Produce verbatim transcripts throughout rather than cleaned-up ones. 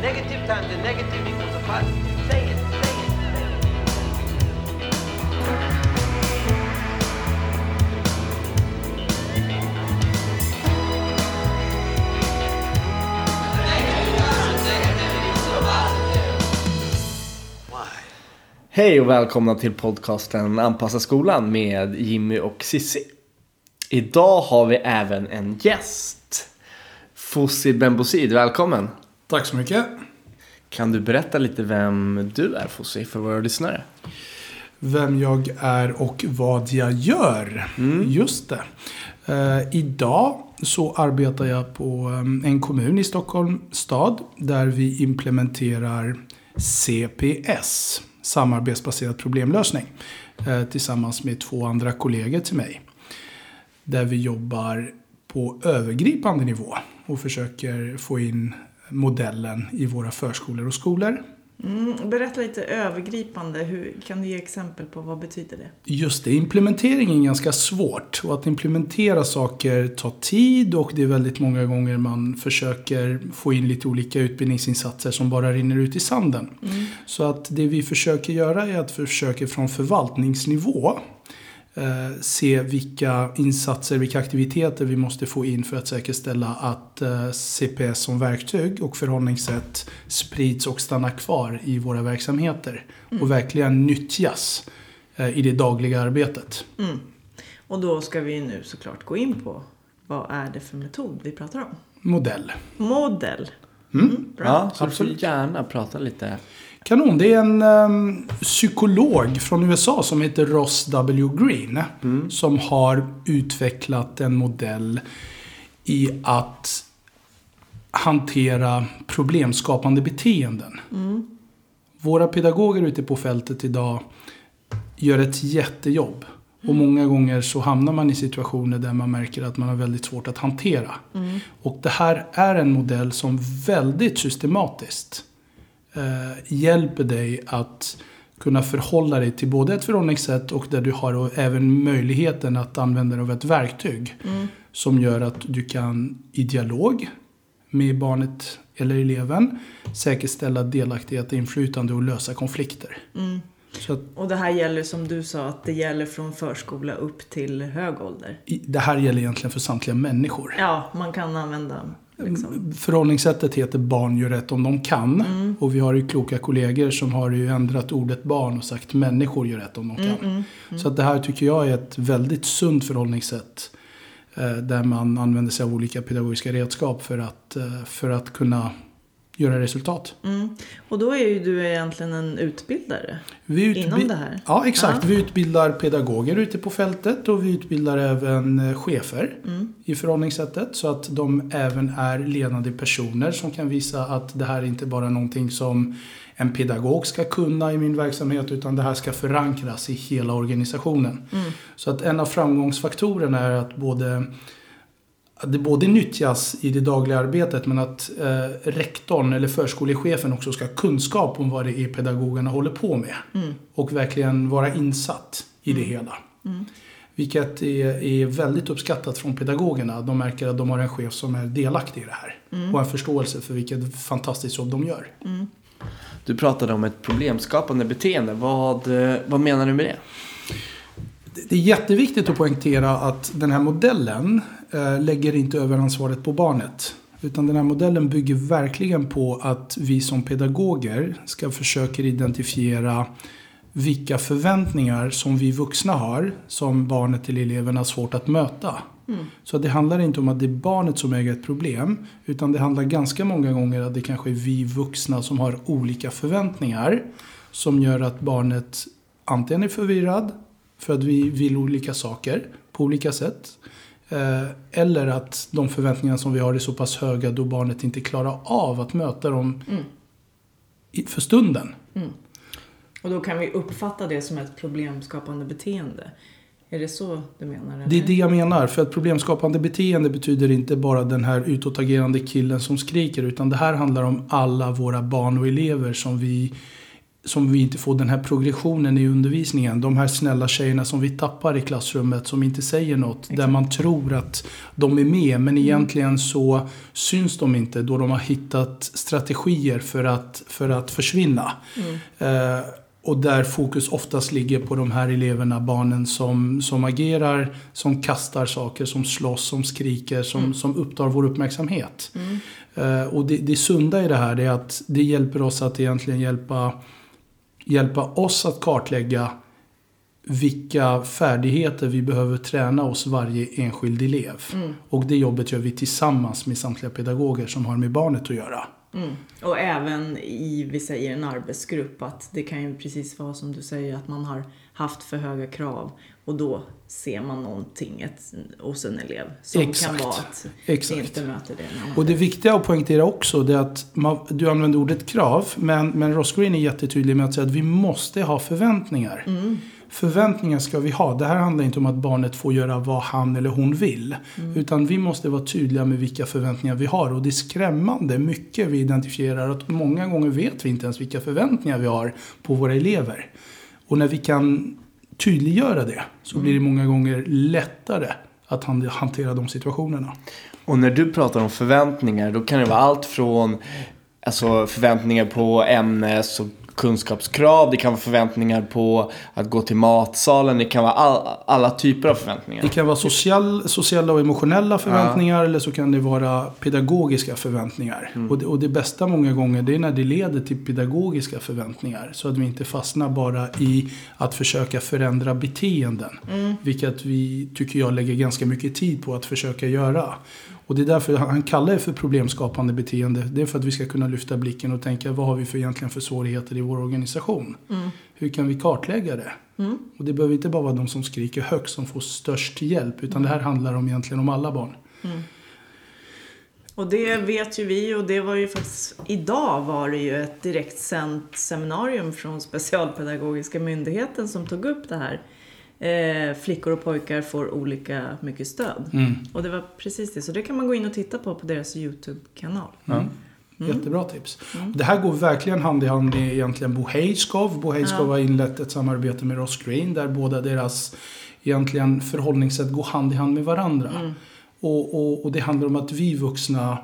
Negative times a negative equals a positive. Say it, say it. Hej och välkomna till podcasten Anpassa skolan med Jimmy och Sissi. Idag har vi även en gäst. Fossi Benbosid, välkommen. Tack så mycket. Kan du berätta lite vem du är, Fossi, för våra lyssnare? Vem jag är och vad jag gör. Mm. Just det. Uh, idag så arbetar jag på um, en kommun i Stockholm stad där vi implementerar C P S, samarbetsbaserad problemlösning, uh, tillsammans med två andra kollegor till mig. Där vi jobbar på övergripande nivå och försöker få in modellen i våra förskolor och skolor. Mm, berätta lite övergripande. Hur, kan du ge exempel på vad betyder det? Just det, implementering är ganska svårt. Och att implementera saker tar tid och det är väldigt många gånger man försöker få in lite olika utbildningsinsatser som bara rinner ut i sanden. Mm. Så att det vi försöker göra är att försöka från förvaltningsnivå Eh, se vilka insatser, vilka aktiviteter vi måste få in för att säkerställa att eh, C P S som verktyg och förhållningssätt sprids och stannar kvar i våra verksamheter mm. och verkligen nyttjas eh, i det dagliga arbetet. Mm. Och då ska vi nu såklart gå in på vad är det för metod vi pratar om? Modell. Modell. Mm. Mm, ja, så absolut. Du får gärna prata lite. Kanon, det är en um, psykolog från U S A som heter Ross W. Green mm. som har utvecklat en modell i att hantera problemskapande beteenden. Mm. Våra pedagoger ute på fältet idag gör ett jättejobb. Mm. Och många gånger så hamnar man i situationer där man märker att man har väldigt svårt att hantera. Mm. Och det här är en modell som väldigt systematiskt Uh, hjälper dig att kunna förhålla dig till både ett förhållningssätt och där du har även möjligheten att använda dig av ett verktyg mm. som gör att du kan i dialog med barnet eller eleven säkerställa delaktighet, inflytande och lösa konflikter. Mm. Så att, och det här gäller som du sa att det gäller från förskola upp till hög ålder. Det här gäller egentligen för samtliga människor. Ja, man kan använda liksom. Förhållningssättet heter barn gör rätt om de kan. Mm. Och vi har ju kloka kollegor som har ju ändrat ordet barn och sagt människor gör rätt om de kan. Mm, mm, mm. Så att det här tycker jag är ett väldigt sunt förhållningssätt. Eh, där man använder sig av olika pedagogiska redskap för att, eh, för att kunna göra resultat. Mm. Och då är ju du egentligen en utbildare vi utbi- inom det här. Ja, exakt. Ja. Vi utbildar pedagoger ute på fältet och vi utbildar även chefer mm. i förhållningssättet så att de även är ledande personer som kan visa att det här är inte bara någonting som en pedagog ska kunna i min verksamhet utan det här ska förankras i hela organisationen. Mm. Så att en av framgångsfaktorerna är att både att det både nyttjas i det dagliga arbetet men att eh, rektorn eller förskolechefen också ska ha kunskap om vad det är pedagogerna håller på med. Mm. Och verkligen vara insatt i det mm. hela. Mm. Vilket är, är väldigt uppskattat från pedagogerna. De märker att de har en chef som är delaktig i det här. Mm. Och en förståelse för vilket fantastiskt jobb de gör. Mm. Du pratade om ett problemskapande beteende. Vad, vad menar du med det? Det är jätteviktigt att poängtera att den här modellen eh, lägger inte över ansvaret på barnet. Utan den här modellen bygger verkligen på att vi som pedagoger ska försöka identifiera vilka förväntningar som vi vuxna har som barnet eller eleverna har svårt att möta. Mm. Så det handlar inte om att det är barnet som äger ett problem utan det handlar ganska många gånger att det kanske är vi vuxna som har olika förväntningar som gör att barnet antingen är förvirrad för att vi vill olika saker på olika sätt. Eh, eller att de förväntningar som vi har är så pass höga då barnet inte klarar av att möta dem mm. i, för stunden. Mm. Och då kan vi uppfatta det som ett problemskapande beteende. Är det så du menar? Eller? Det är det jag menar. För att problemskapande beteende betyder inte bara den här utåtagerande killen som skriker. Utan det här handlar om alla våra barn och elever som vi som vi inte får den här progressionen i undervisningen. De här snälla tjejerna som vi tappar i klassrummet som inte säger något. Exakt. Där man tror att de är med men egentligen mm. så syns de inte då de har hittat strategier för att, för att försvinna. Mm. Eh, och där fokus oftast ligger på de här eleverna, barnen som, som agerar, som kastar saker, som slåss, som skriker, som, mm. som upptar vår uppmärksamhet. Mm. Eh, och det, det sunda i det här är att det hjälper oss att egentligen hjälpa hjälpa oss att kartlägga vilka färdigheter vi behöver träna hos varje enskild elev. Mm. Och det jobbet gör vi tillsammans med samtliga pedagoger som har med barnet att göra. Mm. Och även i, vi säger en arbetsgrupp, att det kan ju precis vara som du säger att man har haft för höga krav och då ser man någonting ett, hos en elev som Exakt. Kan vara att Exakt. Inte möter det. Och det viktiga att poängtera också det är att man, du använder ordet krav men, men Ross Green är jättetydlig med att säga att vi måste ha förväntningar. Mm. Förväntningar ska vi ha. Det här handlar inte om att barnet får göra vad han eller hon vill. Mm. Utan vi måste vara tydliga med vilka förväntningar vi har. Och det är skrämmande mycket vi identifierar. Att många gånger vet vi inte ens vilka förväntningar vi har på våra elever. Och när vi kan tydliggöra det så blir det många gånger lättare att hantera de situationerna. Och när du pratar om förväntningar då kan det vara allt från alltså förväntningar på ämnes- och kunskapskrav, det kan vara förväntningar på att gå till matsalen, det kan vara all, alla typer av förväntningar. Det kan vara social, sociala och emotionella förväntningar ja. Eller så kan det vara pedagogiska förväntningar. Mm. Och, det, och det bästa många gånger det är när det leder till pedagogiska förväntningar så att vi inte fastnar bara i att försöka förändra beteenden. Mm. Vilket vi tycker jag lägger ganska mycket tid på att försöka göra. Och det är därför han kallar det för problemskapande beteende. Det är för att vi ska kunna lyfta blicken och tänka vad har vi för egentligen för svårigheter i vår organisation. Mm. Hur kan vi kartlägga det? Mm. Och det behöver inte bara vara de som skriker högst som får störst hjälp. Utan det här handlar om egentligen om alla barn. Mm. Och det vet ju vi och det var ju faktiskt, idag var det ju ett direkt sänt seminarium från Specialpedagogiska myndigheten som tog upp det här. Eh, flickor och pojkar får olika mycket stöd. Mm. Och det var precis det. Så det kan man gå in och titta på på deras YouTube-kanal. Mm. Mm. Jättebra tips. Mm. Det här går verkligen hand i hand med egentligen Bo Heiskov. Bo Heiskov ja. Har inlett ett samarbete med Ross Green där båda deras egentligen förhållningssätt går hand i hand med varandra. Mm. Och, och, och det handlar om att vi vuxna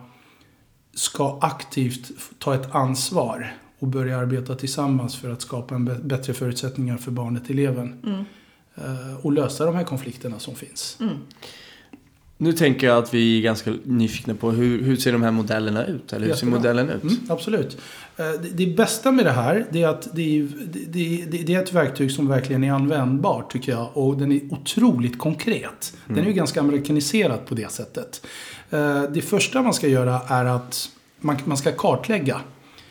ska aktivt ta ett ansvar och börja arbeta tillsammans för att skapa en bättre förutsättningar för barnet, eleven. Mm. Och lösa de här konflikterna som finns. Mm. Nu tänker jag att vi är ganska nyfikna på hur, hur ser de här modellerna ut? Eller hur Jättebra. Ser modellen ut? Mm, absolut. Det, det bästa med det här det är att det är, det, det, det är ett verktyg som verkligen är användbart tycker jag. Och den är otroligt konkret. Den är ju ganska amerikaniserad på det sättet. Det första man ska göra är att man, man ska kartlägga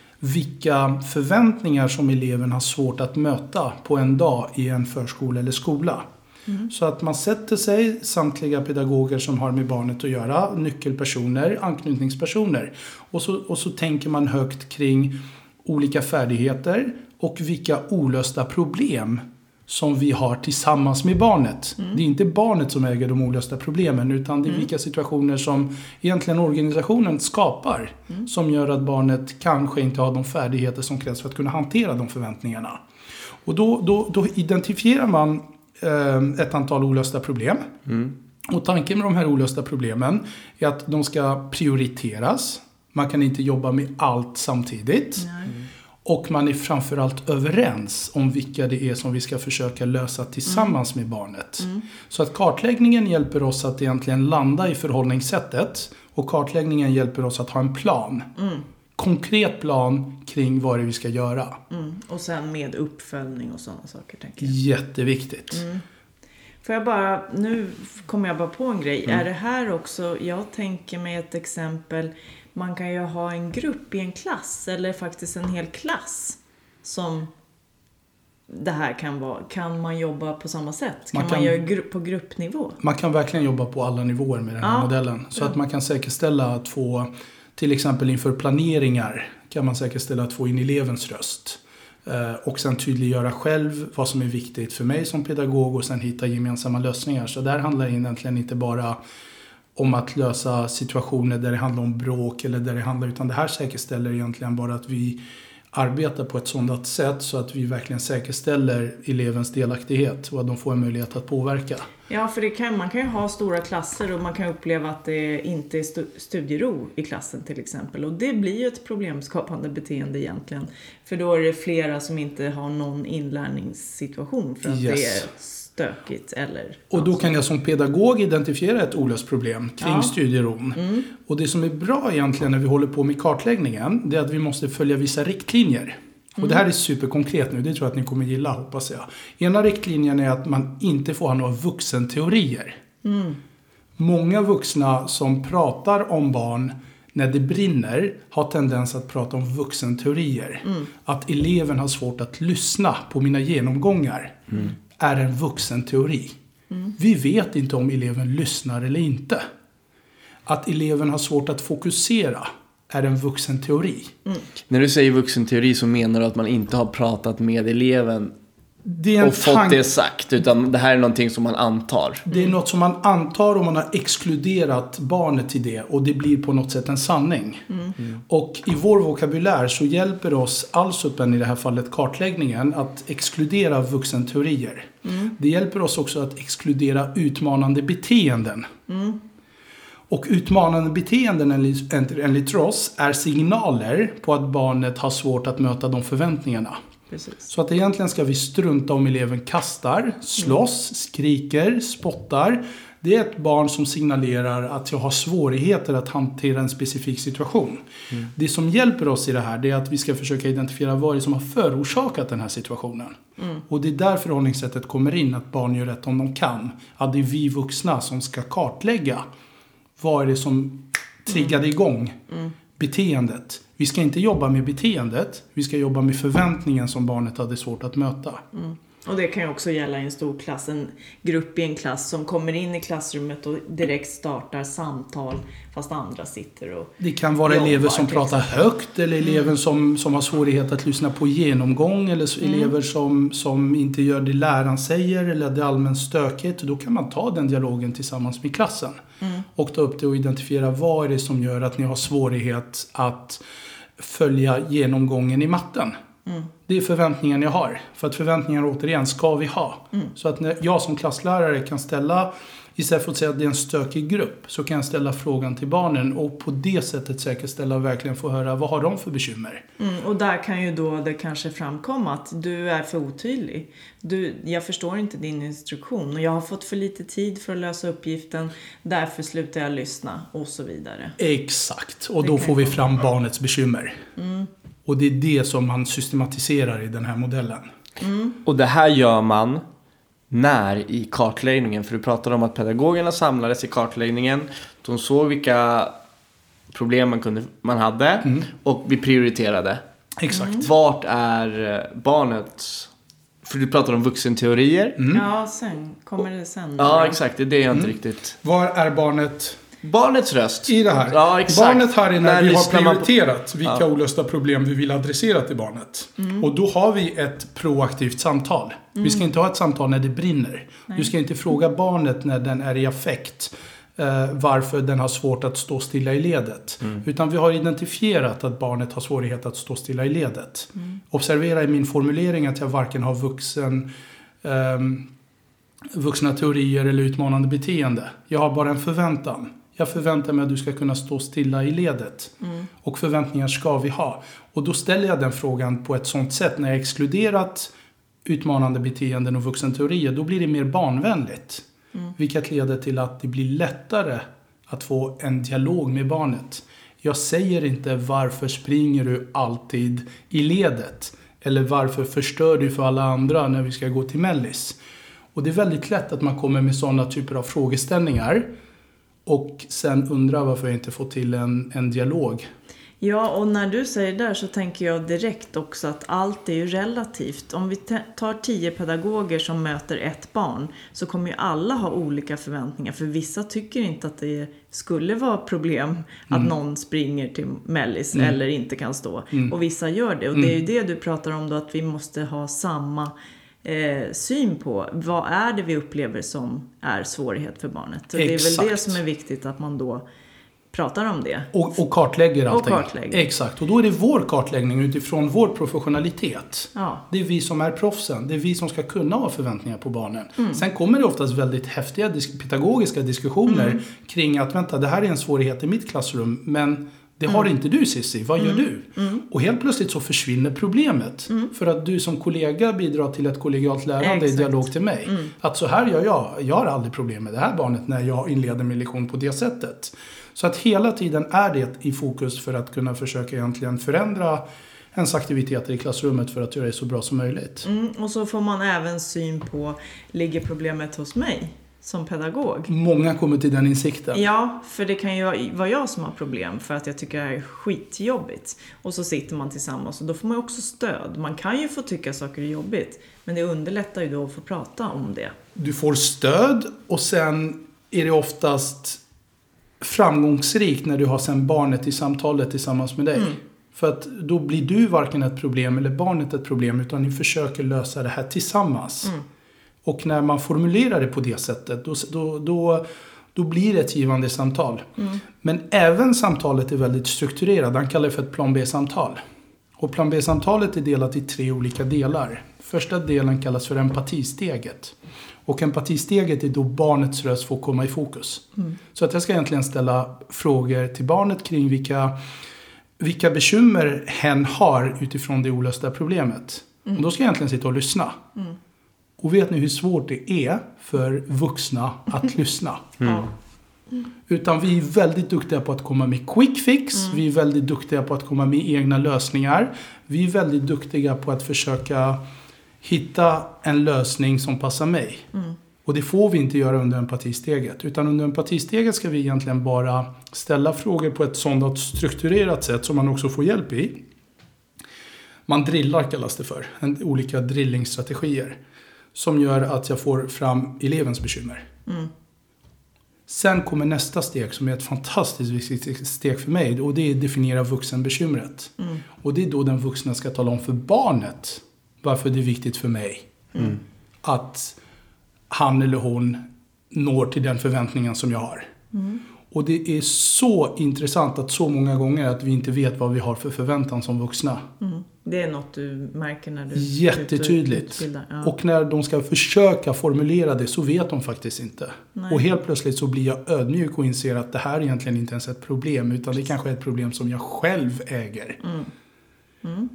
vilka förväntningar som eleven har svårt att möta på en dag i en förskola eller skola. Mm. Så att man sätter sig, samtliga pedagoger som har med barnet att göra, nyckelpersoner, anknytningspersoner. Och så, och så tänker man högt kring olika färdigheter och vilka olösta problem som vi har tillsammans med barnet. Mm. Det är inte barnet som äger de olösta problemen utan det är mm. vilka situationer som egentligen organisationen skapar mm. som gör att barnet kanske inte har de färdigheter som krävs för att kunna hantera de förväntningarna. Och då, då, då identifierar man eh, ett antal olösta problem. Mm. Och tanken med de här olösta problemen är att de ska prioriteras. Man kan inte jobba med allt samtidigt. Mm. Och man är framförallt överens om vilka det är som vi ska försöka lösa tillsammans mm. med barnet. Mm. Så att kartläggningen hjälper oss att egentligen landa i förhållningssättet. Och kartläggningen hjälper oss att ha en plan. Mm. Konkret plan kring vad det vi ska göra. Mm. Och sen med uppföljning och sådana saker tänker jag. Jätteviktigt. Mm. Får jag bara, nu kommer jag bara på en grej. Mm. Är det här också, jag tänker mig ett exempel. Man kan ju ha en grupp i en klass eller faktiskt en hel klass som det här kan vara. Kan man jobba på samma sätt? Kan man, kan, man göra gru- på gruppnivå? Man kan verkligen jobba på alla nivåer med den här ja. modellen. Så ja. att man kan säkerställa att få, till exempel inför planeringar kan man säkerställa att få in elevens röst. Och sen tydliggöra själv vad som är viktigt för mig som pedagog och sen hitta gemensamma lösningar. Så där handlar det egentligen inte bara om att lösa situationer där det handlar om bråk eller där det handlar, utan det här säkerställer egentligen bara att vi arbeta på ett sådant sätt så att vi verkligen säkerställer elevens delaktighet och att de får en möjlighet att påverka. Ja, för det kan, man kan ju ha stora klasser och man kan uppleva att det inte är stu, studiero i klassen till exempel. Och det blir ju ett problemskapande beteende egentligen. För då är det flera som inte har någon inlärningssituation för att Yes. det är stökigt eller... Och då kan jag som pedagog identifiera ett olöst problem kring Ja. studieron. Mm. Och det som är bra egentligen när vi håller på med kartläggningen, det är att vi måste följa vissa riktlinjer. Och det här är superkonkret nu, det tror jag att ni kommer gilla, hoppas jag. Ena riktlinjen är att man inte får ha några vuxenteorier. Mm. Många vuxna som pratar om barn när det brinner har tendens att prata om vuxenteorier. Mm. Att eleven har svårt att lyssna på mina genomgångar Mm. är en vuxenteori. Mm. Vi vet inte om eleven lyssnar eller inte. Att eleven har svårt att fokusera är en vuxenteori. När du säger vuxenteori så menar du att man inte har pratat med eleven Det är en och fått tank- det sagt, utan det här är någonting som man antar. Det är något som man antar och man har exkluderat barnet till det och det blir på något sätt en sanning. Mm. Och i vår vokabulär så hjälper oss Allsupen, i det här fallet kartläggningen, att exkludera vuxenteorier. Mm. Det hjälper oss också att exkludera utmanande beteenden. Mm. Och utmanande beteenden enligt, enligt Ross är signaler på att barnet har svårt att möta de förväntningarna. Precis. Så att egentligen ska vi strunta om eleven kastar, slåss, skriker, spottar. Det är ett barn som signalerar att jag har svårigheter att hantera en specifik situation. Mm. Det som hjälper oss i det här, det är att vi ska försöka identifiera vad det är som har förorsakat den här situationen. Mm. Och det är där förhållningssättet kommer in, att barn gör rätt om de kan. Att det är vi vuxna som ska kartlägga vad är det som triggade igång Mm. beteendet. Vi ska inte jobba med beteendet. Vi ska jobba med förväntningen som barnet hade svårt att möta. Mm. Och det kan ju också gälla i en stor klass, en grupp i en klass som kommer in i klassrummet och direkt startar samtal fast andra sitter och Det kan vara jobbar, elever som till pratar exempel. högt eller elever Mm. som, som har svårighet att lyssna på genomgång eller Mm. elever som, som inte gör det läraren säger eller det är allmänt stökigt. Då kan man ta den dialogen tillsammans med klassen Mm. och ta upp det och identifiera vad är det som gör att ni har svårighet att följa genomgången i matten. Mm. Det är förväntningar jag har. För att förväntningar återigen ska vi ha. Mm. Så att när jag som klasslärare kan ställa, istället för att säga att det är en stökig grupp, så kan jag ställa frågan till barnen och på det sättet säkerställa och verkligen få höra vad har de för bekymmer. Mm, och där kan ju då det kanske framkomma att du är för otydlig. Du, jag förstår inte din instruktion och jag har fått för lite tid för att lösa uppgiften. Därför slutar jag lyssna och så vidare. Exakt. Och Det då kan får vi komma. fram barnets bekymmer. Mm. Och det är det som man systematiserar i den här modellen. Mm. Och det här gör man när i kartläggningen? För du pratade om att pedagogerna samlades i kartläggningen. De såg vilka problem man, kunde, man hade Mm. och vi prioriterade. Exakt. Vart är barnets... För du pratade om vuxenteorier. Mm. Ja, sen kommer det sen. Ja, exakt. Det är det jag inte Mm. riktigt... Var är barnet Barnets röst. i det här? Ja, exakt. Barnet här är när, När vi har lyssnar man på- prioriterat vilka Ja. olösta problem vi vill adressera till barnet. Och då har vi ett proaktivt samtal. Vi ska inte ha ett samtal när det brinner. Du ska inte fråga barnet när den är i affekt eh, varför den har svårt att stå stilla i ledet. Utan vi har identifierat att barnet har svårighet att stå stilla i ledet. Observera i min formulering att jag varken har vuxen... ehm, vuxna teorier eller utmanande beteende. Jag har bara en förväntan. Jag förväntar mig att du ska kunna stå stilla i ledet. Mm. Och förväntningar ska vi ha. Och då ställer jag den frågan på ett sånt sätt. När jag exkluderat utmanande beteenden och vuxenteorier, då blir det mer barnvänligt. Mm. Vilket leder till att det blir lättare att få en dialog med barnet. Jag säger inte varför springer du alltid i ledet. Eller varför förstör du för alla andra när vi ska gå till mellis. Och det är väldigt lätt att man kommer med sådana typer av frågeställningar. Och sen undrar varför jag inte får till en, en dialog. Ja, och när du säger där så tänker jag direkt också att allt är ju relativt. Om vi te- tar tio pedagoger som möter ett barn så kommer ju alla ha olika förväntningar. För vissa tycker inte att det skulle vara problem att Mm. någon springer till mellis Mm. eller inte kan stå. Mm. Och vissa gör det. Och Mm. det är ju det du pratar om då, att vi måste ha samma eh, syn på. Vad är det vi upplever som är svårighet för barnet? Och det är väl det Exakt. som är viktigt, att man då pratar om det. Och, och kartlägger allting. Och kartlägger. Exakt. Och då är det vår kartläggning utifrån vår professionalitet. Ja. Det är vi som är proffsen. Det är vi som ska kunna ha förväntningar på barnen. Mm. Sen kommer det oftast väldigt häftiga disk- pedagogiska diskussioner mm. kring att vänta, det här är en svårighet i mitt klassrum. Men det har mm. inte du, Cissi. Vad gör mm. du? Mm. Och helt plötsligt så försvinner problemet. Mm. För att du som kollega bidrar till ett kollegialt lärande Exakt. I dialog till mig. Mm. Att så här gör jag. Jag har aldrig problem med det här barnet när jag inleder min lektion på det sättet. Så att hela tiden är det i fokus för att kunna försöka egentligen förändra ens aktiviteter i klassrummet för att göra det så bra som möjligt. Mm. Och så får man även syn på, ligger problemet hos mig? Som pedagog. Många kommer till den insikten. Ja, för det kan ju vara jag som har problem för att jag tycker det här är skitjobbigt. Och så sitter man tillsammans och då får man också stöd. Man kan ju få tycka saker är jobbigt, men det underlättar ju då att få prata om det. Du får stöd och sen är det oftast framgångsrikt när du har sen barnet i samtalet tillsammans med dig. Mm. För att då blir du varken ett problem eller barnet ett problem, utan ni försöker lösa det här tillsammans. Mm. Och när man formulerar det på det sättet, då, då, då, då blir det ett givande samtal. Mm. Men även samtalet är väldigt strukturerat. Han kallar det för ett plan B-samtal. Och plan B-samtalet är delat i tre olika delar. Första delen kallas för empatisteget. Och empatisteget är då barnets röst får komma i fokus. Mm. Så att jag ska egentligen ställa frågor till barnet kring vilka, vilka bekymmer hen har utifrån det olösta problemet. Mm. Och då ska jag egentligen sitta och lyssna. Mm. Och vet ni hur svårt det är för vuxna att lyssna? Mm. Utan vi är väldigt duktiga på att komma med quick fix. Mm. Vi är väldigt duktiga på att komma med egna lösningar. Vi är väldigt duktiga på att försöka hitta en lösning som passar mig. Mm. Och det får vi inte göra under empatisteget. Utan under empatisteget ska vi egentligen bara ställa frågor på ett sådant strukturerat sätt som man också får hjälp i. Man drillar kallas det för. En, olika drillingstrategier. Som gör att jag får fram elevens bekymmer. Mm. Sen kommer nästa steg som är ett fantastiskt viktigt steg för mig. Och det är att definiera vuxenbekymret. Mm. Och det är då den vuxna ska tala om för barnet varför det är viktigt för mig. Mm. Att han eller hon når till den förväntningen som jag har. Mm. Och det är så intressant att så många gånger att vi inte vet vad vi har för förväntan som vuxna. Mm. Det är något du märker när du Jättetydligt. Ja. Och när de ska försöka formulera det så vet de faktiskt inte. Nej. Och helt plötsligt så blir jag ödmjuk och inser att det här egentligen inte ens är ett problem. Utan det kanske är ett problem som jag själv äger. Mm. Mm.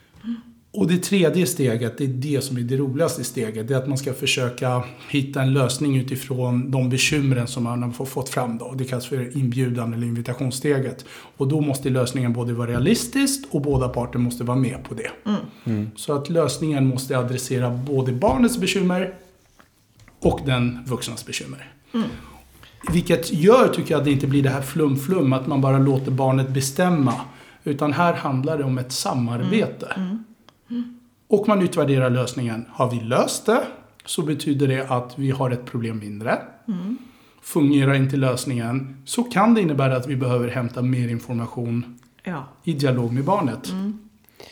Och det tredje steget, det är det som är det roligaste steget. Det är att man ska försöka hitta en lösning utifrån de bekymren som man har fått fram då. Det kallas för inbjudan eller invitationssteget. Och då måste lösningen både vara realistisk och båda parter måste vara med på det. Mm. Mm. Så att lösningen måste adressera både barnets bekymmer och den vuxnas bekymmer. Mm. Vilket gör, tycker jag, att det inte blir det här flum-flum att man bara låter barnet bestämma. Utan här handlar det om ett samarbete. Mm. Mm. Mm. Och man utvärderar lösningen. Har vi löst det så betyder det att vi har ett problem mindre. Mm. Fungerar inte lösningen så kan det innebära att vi behöver hämta mer information ja. I dialog med barnet. Mm.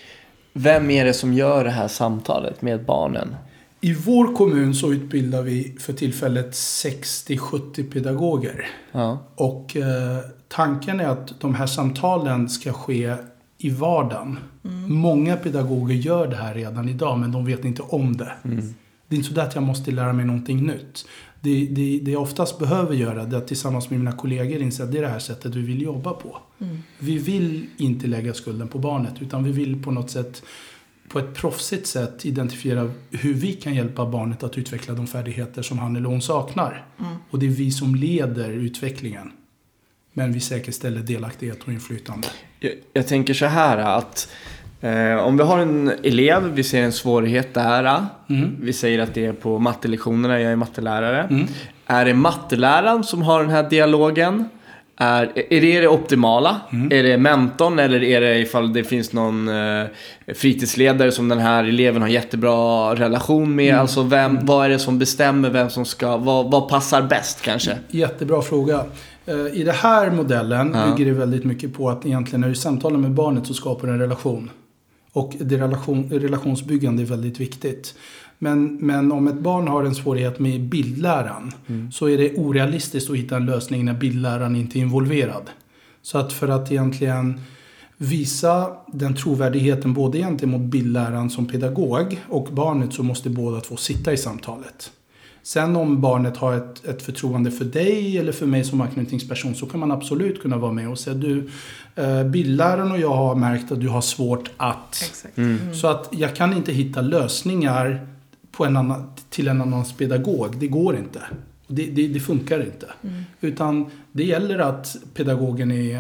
Vem är det som gör det här samtalet med barnen? I vår kommun så utbildar vi för tillfället sextio till sjuttio pedagoger. Ja. Och eh, tanken är att de här samtalen ska ske i vardagen. Mm. Många pedagoger gör det här redan idag men de vet inte om det. Mm. Det är inte så där att jag måste lära mig någonting nytt. Det, det, det jag oftast behöver göra det är att tillsammans med mina kollegor inse att det är det här sättet vi vill jobba på. Mm. Vi vill inte lägga skulden på barnet utan vi vill på något sätt på ett proffsigt sätt identifiera hur vi kan hjälpa barnet att utveckla de färdigheter som han eller hon saknar. Mm. Och det är vi som leder utvecklingen. Men vi säkerställer delaktighet och inflytande. Jag, jag tänker så här att eh, om vi har en elev, vi ser en svårighet där. Mm. Vi säger att det är på mattelektionerna, jag är mattelärare. Mm. Är det matteläraren som har den här dialogen? Är, är det det optimala? Mm. Är det mentorn eller är det ifall det finns någon eh, fritidsledare som den här eleven har jättebra relation med? Mm. Alltså vem, vad är det som bestämmer vem som ska, vad, vad passar bäst kanske? Jättebra fråga. I den här modellen ja. Bygger det väldigt mycket på att egentligen när du samtalar med barnet så skapar du en relation. Och det relation, relationsbyggande är väldigt viktigt. Men, men om ett barn har en svårighet med bildläran mm. så är det orealistiskt att hitta en lösning när bildläran inte är involverad. Så att för att egentligen visa den trovärdigheten både egentligen mot bildläraren som pedagog och barnet, så måste båda två sitta i samtalet. Sen om barnet har ett, ett förtroende för dig eller för mig som anknytningsperson, så kan man absolut kunna vara med och säga du, eh, bildläraren och jag har märkt att du har svårt att. Exakt. Mm. Så att jag kan inte hitta lösningar på en annan, till en annans pedagog. Det går inte. Det, det, det funkar inte. Mm. Utan det gäller att pedagogen är,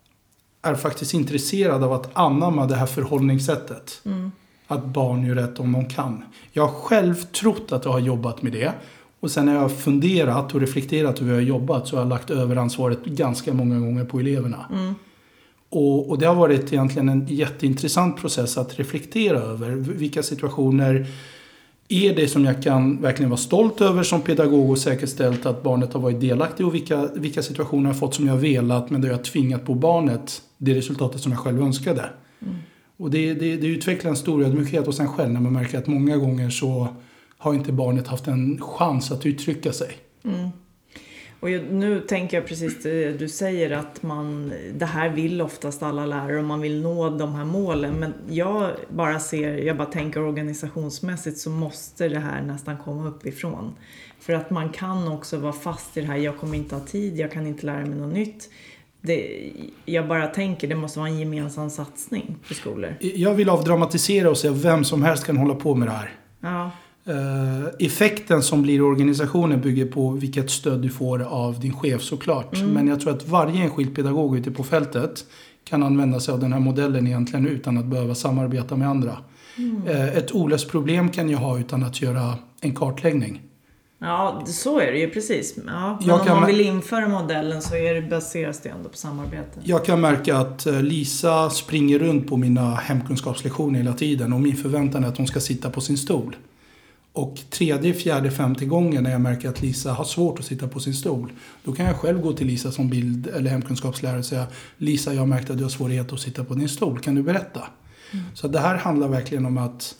är faktiskt intresserad av att anamma det här förhållningssättet. Mm. Att barn gör rätt om de kan. Jag har själv trott att jag har jobbat med det. Och sen när jag har funderat och reflekterat hur vi har jobbat, så har jag lagt över ansvaret ganska många gånger på eleverna. Mm. Och, och det har varit egentligen en jätteintressant process att reflektera över. Vilka situationer är det som jag kan verkligen vara stolt över som pedagog och säkerställt att barnet har varit delaktig, och vilka, vilka situationer jag har fått som jag velat, men där jag har tvingat på barnet det resultatet som jag själv önskade. Mm. Och det, det, det utvecklar en stor ödmjukhet hos en själv när man märker att många gånger så har inte barnet haft en chans att uttrycka sig. Mm. Och nu tänker jag precis det du säger, att man, det här vill oftast alla lärare och man vill nå de här målen. Men jag bara ser, jag bara tänker organisationsmässigt så måste det här nästan komma uppifrån. För att man kan också vara fast i det här, jag kommer inte ha tid, jag kan inte lära mig något nytt. Det, jag bara tänker, det måste vara en gemensam satsning för skolor. Jag vill avdramatisera och säga vem som helst kan hålla på med det här. Ja. Uh, effekten som blir i organisationen bygger på vilket stöd du får av din chef såklart. Mm. Men jag tror att varje enskild pedagog ute på fältet kan använda sig av den här modellen egentligen utan att behöva samarbeta med andra. Mm. Uh, ett olöst problem kan jag ha utan att göra en kartläggning. Ja, så är det ju precis. Ja, men Jag om kan man ma- vill införa modellen så är det, baseras det ändå på samarbete. Jag kan märka att Lisa springer runt på mina hemkunskapslektioner hela tiden och min förväntan är att hon ska sitta på sin stol. Och tredje, fjärde, femte gången när jag märker att Lisa har svårt att sitta på sin stol, då kan jag själv gå till Lisa som bild- eller hemkunskapslärare och säga: Lisa, jag har märkt att du har svårighet att sitta på din stol, kan du berätta? Mm. Så det här handlar verkligen om att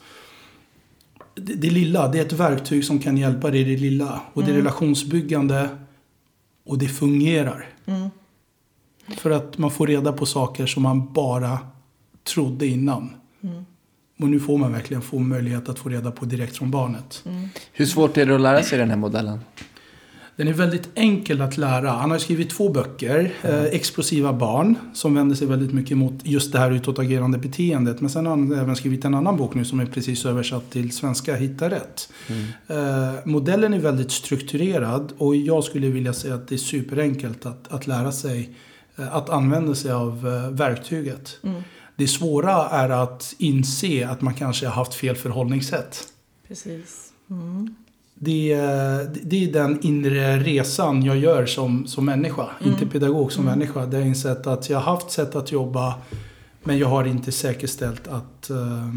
det, det lilla, det är ett verktyg som kan hjälpa dig i det lilla. Och det är relationsbyggande och det fungerar. Mm. För att man får reda på saker som man bara trodde innan. Mm. Och nu får man verkligen få möjlighet att få reda på direkt från barnet. Mm. Hur svårt är det att lära sig den här modellen? Den är väldigt enkel att lära. Han har skrivit två böcker. Eh, Explosiva barn, som vänder sig väldigt mycket mot just det här utåtagerande beteendet. Men sen har han även skrivit en annan bok nu som är precis översatt till svenska, Hitta rätt. Mm. Eh, modellen är väldigt strukturerad och jag skulle vilja säga att det är superenkelt att, att lära sig eh, att använda sig av eh, verktyget. Mm. Det svåra är att inse att man kanske har haft fel förhållningssätt. Precis. Mm. Det, det är den inre resan jag gör som, som människa, mm. inte pedagog som mm. människa. Det har insett att jag har haft sätt att jobba, men jag har inte säkerställt att uh,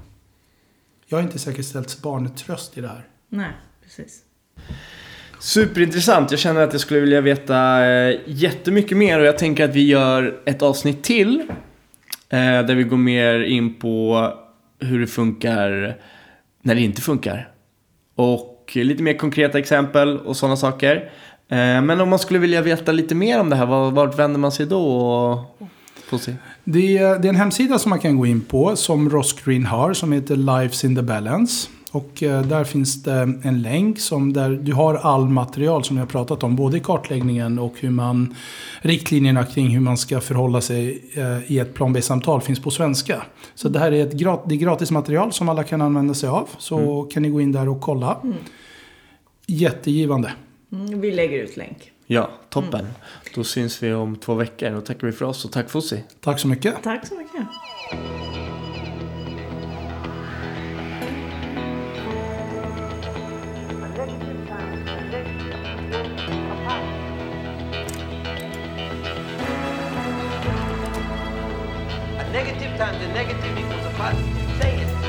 jag har inte säkerställt barnet tröst i det här. Nej, precis. Superintressant. Jag känner att jag skulle vilja veta eh, jättemycket mer, och jag tänker att vi gör ett avsnitt till eh, där vi går mer in på hur det funkar när det inte funkar. Och lite mer konkreta exempel och sådana saker. Eh, men om man skulle vilja veta lite mer om det här, vart, vart vänder man sig då? Och får se. Det, är, det är en hemsida som man kan gå in på som Ross Green har, som heter Lives in the Balance. Och eh, där finns det en länk som där du har all material som jag har pratat om. Både i kartläggningen och hur man, riktlinjerna kring hur man ska förhålla sig eh, i ett plan B-samtal finns på svenska. Så det här är ett grat, det är gratis material som alla kan använda sig av. Så mm. kan ni gå in där och kolla. Mm. Jättegivande. Mm, vi lägger ut länk. Ja, toppen. Mm. Då syns vi om två veckor. Och tackar vi för oss och tack Fossi. Tack så mycket. Tack så mycket. A negative times a negative equals a positive. Say it.